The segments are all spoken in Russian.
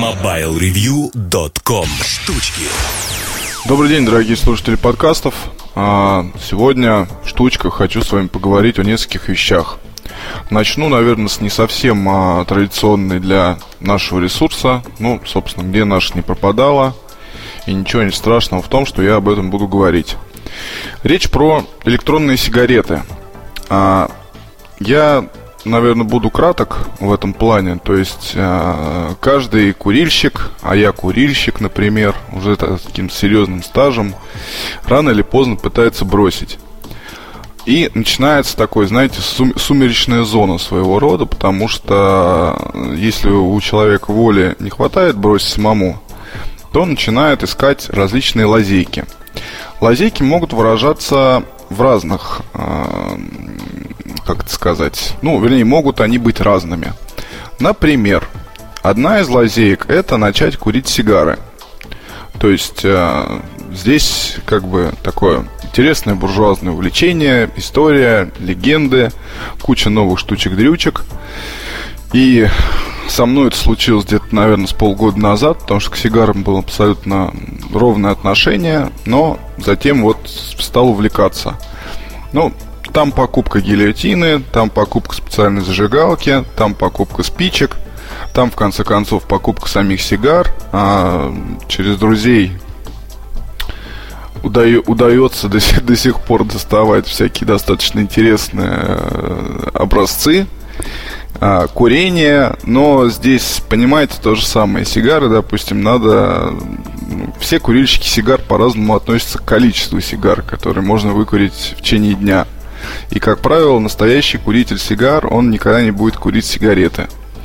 MobileReview.com. Штучки. Добрый день, дорогие слушатели подкастов. Сегодня в штучках хочу с вами поговорить о нескольких вещах. Начну, наверное, с не совсем традиционной для нашего ресурса. Собственно, где наша не пропадала. И ничего не страшного в том, что я об этом буду говорить. Речь про электронные сигареты. Я, наверное, буду краток в этом плане. То есть каждый курильщик, а я курильщик, например, уже таким серьезным стажем, рано или поздно пытается бросить. И начинается такой, знаете, сумеречная зона своего рода, потому что если у человека воли не хватает бросить самому, то он начинает искать различные лазейки. Лазейки могут выражаться в разных, могут они быть разными. Например, одна из лазеек – это начать курить сигары. То есть здесь такое интересное буржуазное увлечение, история, легенды, куча новых штучек-дрючек. И со мной это случилось где-то, наверное, с полгода назад, потому что к сигарам было абсолютно ровное отношение, но затем стал увлекаться. Там покупка гильотины, там покупка специальной зажигалки, там покупка спичек, там, в конце концов, покупка самих сигар. Через друзей удается до сих пор доставать всякие достаточно интересные образцы. Курение, но здесь, понимаете, то же самое. Сигары, допустим, все курильщики сигар по-разному относятся к количеству сигар, которые можно выкурить в течение дня. И, как правило, настоящий куритель сигар, он никогда не будет курить сигареты.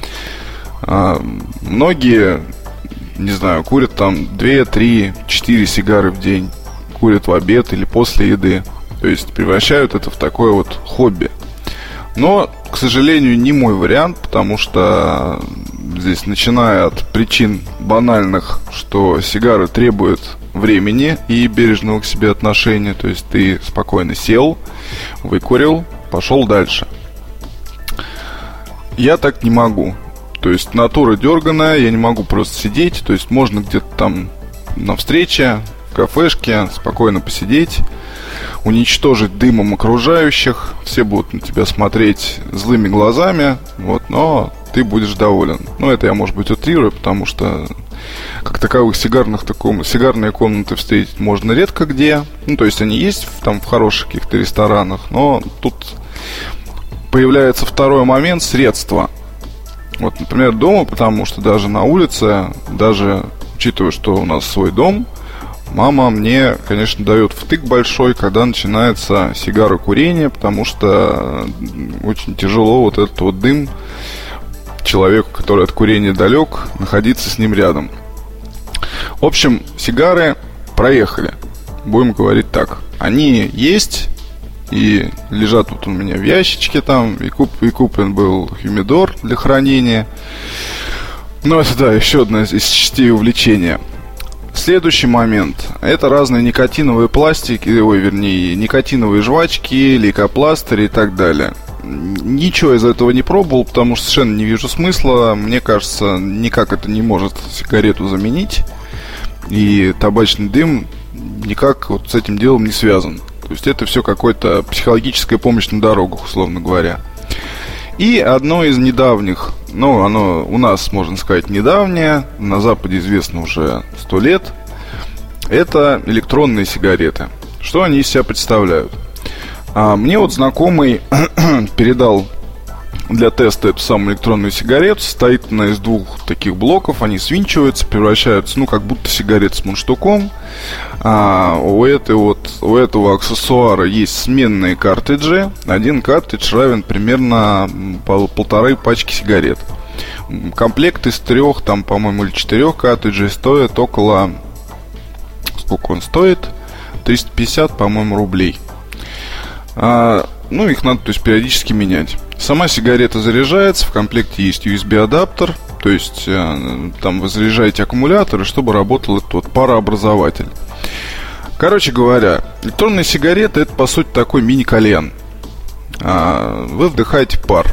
Многие, курят там 2, 3, 4 сигары в день. Курят в обед или после еды. То есть превращают это в такое хобби. Но, к сожалению, не мой вариант, потому что здесь, начиная от причин банальных, что сигары требуют времени и бережного к себе отношения, то есть ты спокойно сел, выкурил, пошел дальше. Я так не могу. То есть натура дерганая, я не могу просто сидеть. То есть можно где-то там на встрече, в кафешке спокойно посидеть, уничтожить дымом окружающих. Все будут на тебя смотреть злыми глазами, но ты будешь доволен. Это я, может быть, утрирую, потому что как таковых сигарные комнаты встретить можно редко где. То есть они есть в хороших каких-то ресторанах, но тут появляется второй момент — средства. Например, дома, потому что даже на улице, даже учитывая, что у нас свой дом, мама мне, конечно, дает втык большой, когда начинается сигарокурение, потому что очень тяжело этот дым человеку, который от курения далек, находиться с ним рядом. В общем, сигары проехали. Будем говорить так. Они есть и лежат у меня в ящичке там, и куплен был хумидор для хранения. Но это, еще одна из частей увлечения. Следующий момент — это разные никотиновые пластики, никотиновые жвачки, лейкопластыри и так далее. Ничего из этого не пробовал, потому что совершенно не вижу смысла. Мне кажется, никак это не может сигарету заменить. И табачный дым никак с этим делом не связан. То есть это все какая-то психологическая помощь на дорогах, условно говоря. И одно из недавних, оно у нас, можно сказать, недавнее, на Западе известно уже 100 лет, это электронные сигареты. Что они из себя представляют? Мне знакомый передал для теста эту самую электронную сигарету. Состоит она из двух таких блоков. Они свинчиваются, превращаются, как будто сигарет с мундштуком. У этого аксессуара есть сменные картриджи. Один картридж равен примерно 1,5 пачки сигарет. Комплект из 3, по-моему, или 4 картриджей стоит около... Сколько он стоит? 350, по-моему, рублей. Их надо, периодически менять. Сама сигарета заряжается, в комплекте есть USB-адаптер, то есть там вы заряжаете аккумулятор, чтобы работал этот парообразователь. Короче говоря, электронная сигарета — это, по сути, такой мини-кальян. Вы вдыхаете пар.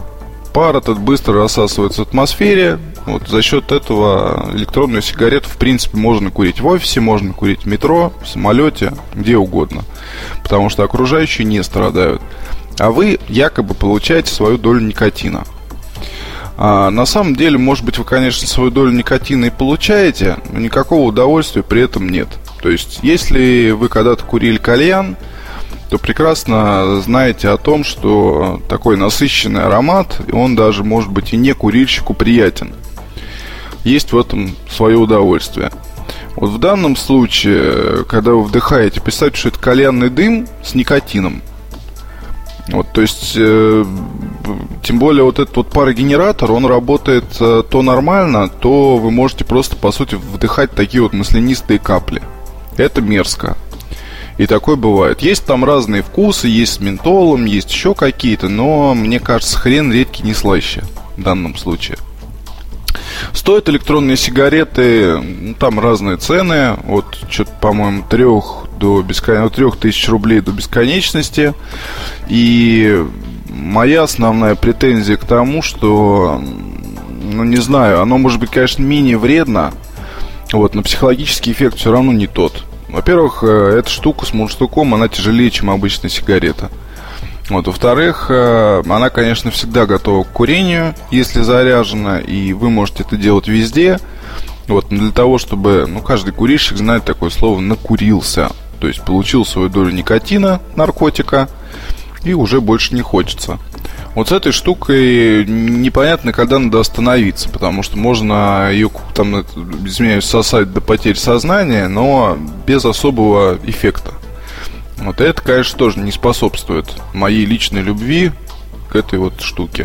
пар этот быстро рассасывается в атмосфере. Вот за счет этого электронную сигарету, в принципе, можно курить в офисе, можно курить в метро, в самолете, где угодно. Потому что окружающие не страдают. А вы якобы получаете свою долю никотина. На самом деле, может быть, вы, конечно, свою долю никотина и получаете, но никакого удовольствия при этом нет. То есть, если вы когда-то курили кальян, то прекрасно знаете о том, что такой насыщенный аромат, он даже, может быть, и не курильщику приятен. Есть в этом свое удовольствие. Вот в данном случае, когда вы вдыхаете, представьте, что это кальянный дым с никотином. Вот, то есть, тем более вот этот вот парогенератор, он работает то нормально, то вы можете просто, по сути, вдыхать такие вот маслянистые капли. Это мерзко. И такое бывает. Есть там разные вкусы, есть с ментолом, есть еще какие-то, но, мне кажется, хрен редкий не слаще в данном случае. Стоят электронные сигареты, там разные цены, от что-то, по-моему, 3000 рублей до бесконечности. И моя основная претензия к тому, что, ну, не знаю, оно может быть, конечно, менее вредно, вот, но психологический эффект все равно не тот. Во-первых, эта штука с мундштуком, она тяжелее, чем обычная сигарета. Вот, во-вторых, она, конечно, всегда готова к курению, если заряжена, и вы можете это делать везде. Вот, но для того, чтобы, ну, каждый курильщик знает такое слово «накурился». То есть получил свою долю никотина, наркотика, и уже больше не хочется. Вот с этой штукой непонятно, когда надо остановиться, потому что можно ее, там, извиняюсь, сосать до потери сознания, но без особого эффекта. Вот это, конечно, тоже не способствует моей личной любви к этой вот штуке.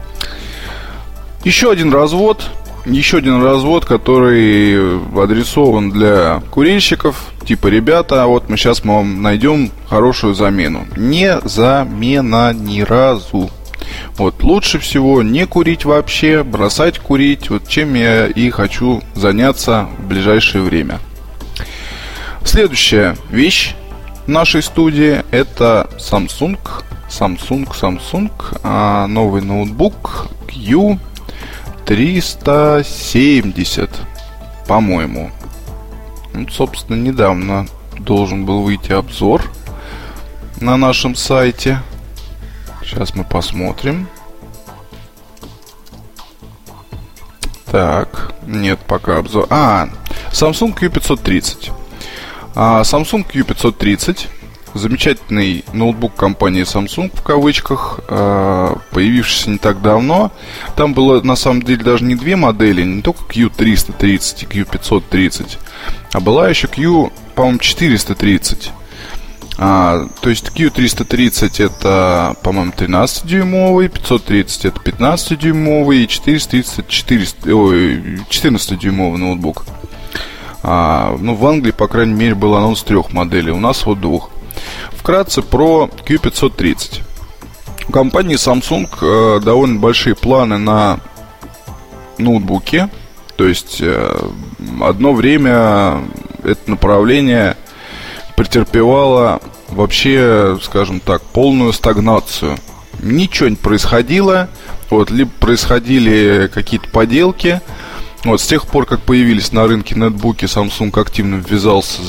Еще один развод, который адресован для курильщиков. Типа, ребята, вот мы сейчас вам найдем хорошую замену. Не замена ни разу. Вот, лучше всего не курить вообще, бросать курить. Вот чем я и хочу заняться в ближайшее время. Следующая вещь нашей студии — это Samsung, новый ноутбук Q370, по-моему. Вот, собственно, недавно должен был выйти обзор на нашем сайте. Сейчас мы посмотрим. Так, нет пока обзор. Samsung Q530. Samsung Q530, замечательный ноутбук компании Samsung, в кавычках, появившийся не так давно. Там было, на самом деле, даже не две модели, не только Q330 и Q530, а была еще Q, по-моему, 430. То есть Q330 это, по-моему, 13-дюймовый, 530 это 15-дюймовый и 430 14-дюймовый ноутбук. Ну, в Англии, по крайней мере, был анонс 3 моделей. У нас вот 2. Вкратце про Q530. У компании Samsung довольно большие планы на ноутбуки. То есть одно время это направление претерпевало вообще, скажем так, полную стагнацию. Ничего не происходило. Вот, либо происходили какие-то поделки. Вот, с тех пор, как появились на рынке нетбуки, Samsung активно ввязался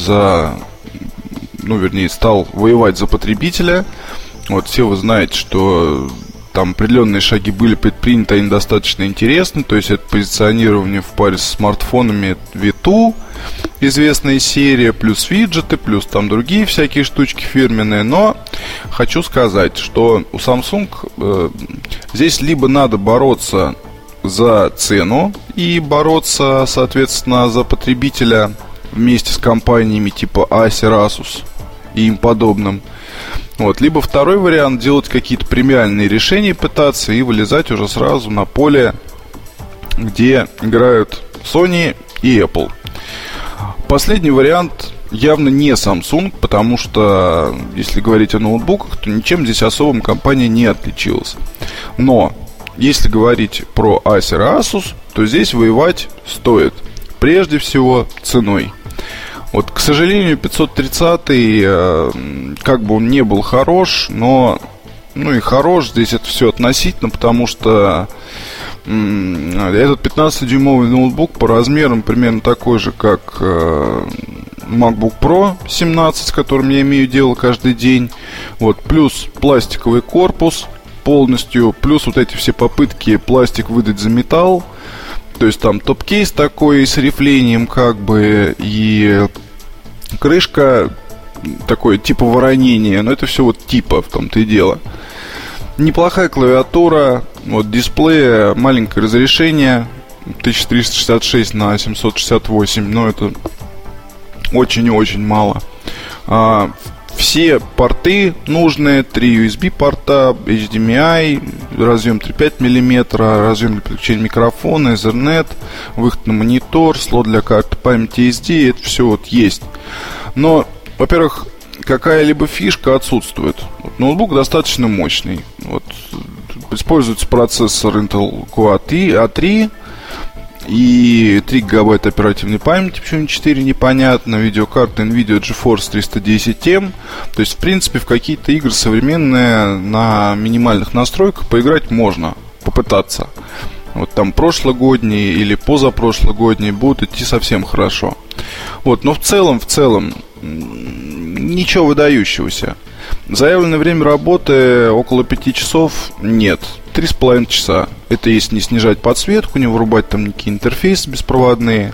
стал воевать за потребителя. Вот, все вы знаете, что там определенные шаги были предприняты, они достаточно интересны. То есть это позиционирование в паре с смартфонами V2, известная серия, плюс виджеты, плюс там другие всякие штучки фирменные. Но хочу сказать, что у Samsung здесь либо надо бороться за цену и бороться, соответственно, за потребителя вместе с компаниями типа Acer, Asus и им подобным. Вот. Либо второй вариант — делать какие-то премиальные решения, пытаться и вылезать уже сразу на поле, где играют Sony и Apple. Последний вариант явно не Samsung, потому что, если говорить о ноутбуках, то ничем здесь особым компания не отличилась. Но если говорить про Acer и Asus, то здесь воевать стоит. Прежде всего ценой. Вот, к сожалению, 530, как бы он не был хорош, но ну и хорош. Здесь это все относительно, потому что этот 15-дюймовый ноутбук по размерам примерно такой же, как MacBook Pro 17, с которым я имею дело каждый день. Вот, плюс пластиковый корпус полностью, плюс вот эти все попытки пластик выдать за металл. То есть там топ-кейс такой с рифлением как бы, и крышка такое типа воронения, но это все вот типа, в том-то и дело. Неплохая клавиатура, вот дисплей, маленькое разрешение 1366 на 768, но это очень и очень мало. Все порты нужные, 3 USB порта, HDMI, разъем 3,5 мм, разъем для подключения микрофона, Ethernet, выход на монитор, слот для карты памяти SD, это все вот есть. Но, во-первых, какая-либо фишка отсутствует. Вот, ноутбук достаточно мощный. Вот, используется процессор Intel Core A3 и 3 гигабайта оперативной памяти, почему 4 непонятно, видеокарта NVIDIA GeForce 310M. То есть, в принципе, в какие-то игры современные на минимальных настройках поиграть можно, попытаться. Вот там прошлогодние или позапрошлогодние будут идти совсем хорошо. Вот, но в целом ничего выдающегося. Заявленное время работы около 5 часов нет, 3,5 часа. Это если не снижать подсветку, не вырубать там никакие интерфейсы беспроводные.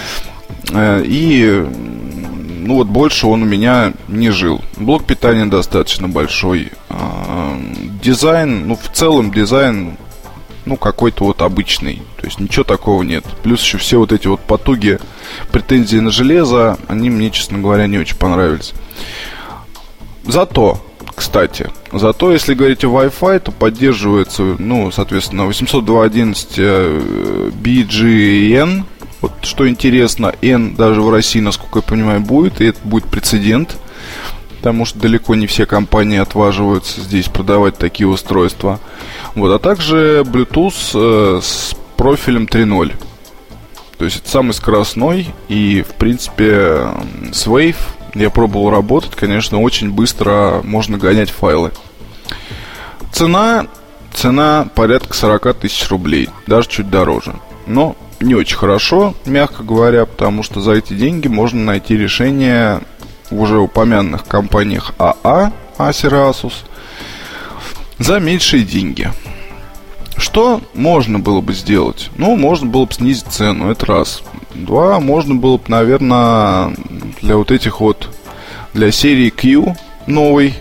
И ну вот больше он у меня не жил. Блок питания достаточно большой. Дизайн, ну в целом дизайн, ну какой-то вот обычный. То есть ничего такого нет. Плюс еще все вот эти вот потуги, претензии на железо, они мне, честно говоря, не очень понравились. Зато, если говорить о Wi-Fi, то поддерживается, ну, соответственно, 802.11 BGN. Вот что интересно, N даже в России, насколько я понимаю, будет, и это будет прецедент, потому что далеко не все компании отваживаются здесь продавать такие устройства. Вот, а также Bluetooth с профилем 3.0. То есть это самый скоростной, и, в принципе, с Wave я пробовал работать, конечно, очень быстро можно гонять файлы. Цена порядка 40 тысяч рублей, даже чуть дороже. Но не очень хорошо, мягко говоря, потому что за эти деньги можно найти решение в уже упомянутых компаниях Acer, Asus, за меньшие деньги. Что можно было бы сделать? Ну, можно было бы снизить цену, это раз. Два, можно было бы, наверное, для вот этих вот, для серии Q новой,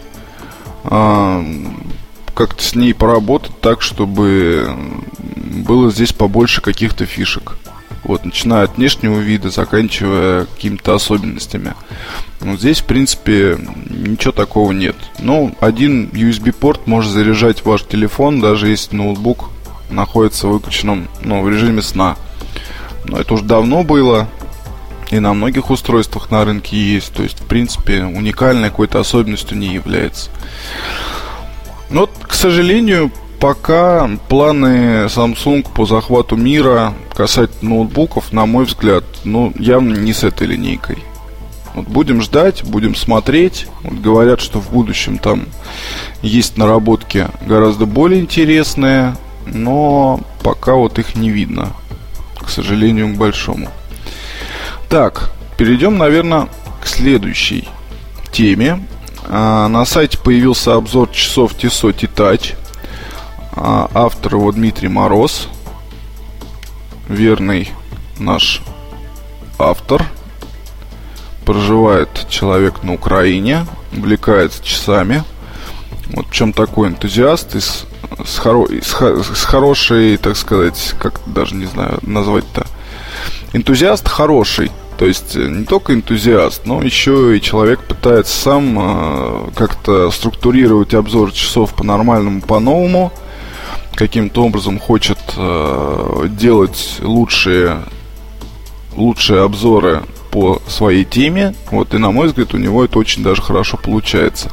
как-то с ней поработать так, чтобы было здесь побольше каких-то фишек. Вот, начиная от внешнего вида, заканчивая какими-то особенностями. Но здесь, в принципе, ничего такого нет. Ну, один USB-порт может заряжать ваш телефон, даже если ноутбук находится в выключенном, в режиме сна. Но это уже давно было, и на многих устройствах на рынке есть. То есть, в принципе, уникальной какой-то особенностью не является. Но вот, к сожалению, пока планы Samsung по захвату мира касательно ноутбуков, на мой взгляд, явно не с этой линейкой. Вот будем ждать, будем смотреть. Вот говорят, что в будущем там есть наработки гораздо более интересные, но пока вот их не видно, к сожалению, к большому. Так, перейдем, наверное, к следующей теме. На сайте появился обзор часов Tissot T-Touch. Автор его Дмитрий Мороз. Верный наш автор. Проживает человек на Украине, увлекается часами. Вот в чем такой энтузиаст с хорошей, так сказать, как даже не знаю назвать-то. Энтузиаст хороший. То есть не только энтузиаст, но еще и человек пытается сам как-то структурировать обзор часов по-нормальному, по-новому. Каким-то образом хочет делать лучшие обзоры по своей теме. Вот, и на мой взгляд, у него это очень даже хорошо получается.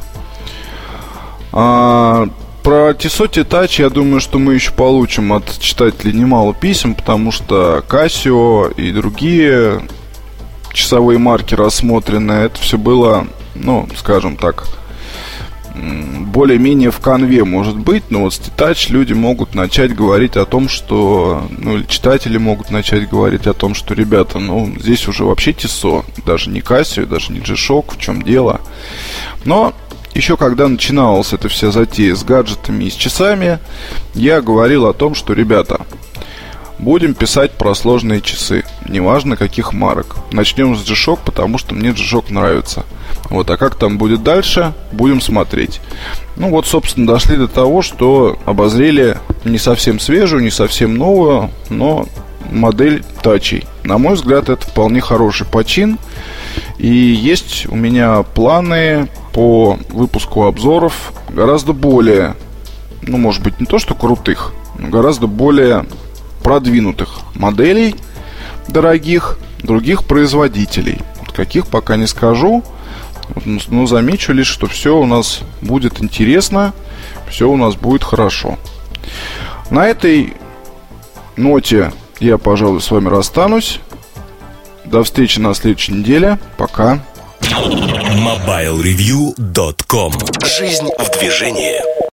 Про Tissot T-Touch, я думаю, что мы еще получим от читателей немало писем, потому что Casio и другие часовые марки рассмотрены, это все было, скажем так, более-менее в канве может быть, но вот с T-Touch люди могут начать говорить о том, что, ну, или читатели могут начать говорить о том, что, ребята, ну, здесь уже вообще Tissot, даже не Casio, даже не G-Shock, в чем дело. Но еще когда начиналась эта вся затея с гаджетами и с часами, я говорил о том, что, ребята, будем писать про сложные часы, неважно каких марок. Начнем с G-Shock, потому что мне G-Shock нравится. Вот, а как там будет дальше, будем смотреть. Ну вот, собственно, дошли до того, что обозрели не совсем свежую, не совсем новую, но модель Touch. На мой взгляд, это вполне хороший почин. И есть у меня планы по выпуску обзоров гораздо более, ну, может быть, не то что крутых, но гораздо более продвинутых моделей дорогих других производителей. Вот каких пока не скажу, но замечу лишь, что все у нас будет интересно, все у нас будет хорошо. На этой ноте я, пожалуй, с вами расстанусь. До встречи на следующей неделе. Пока. MobileReview.com. Жизнь в движении.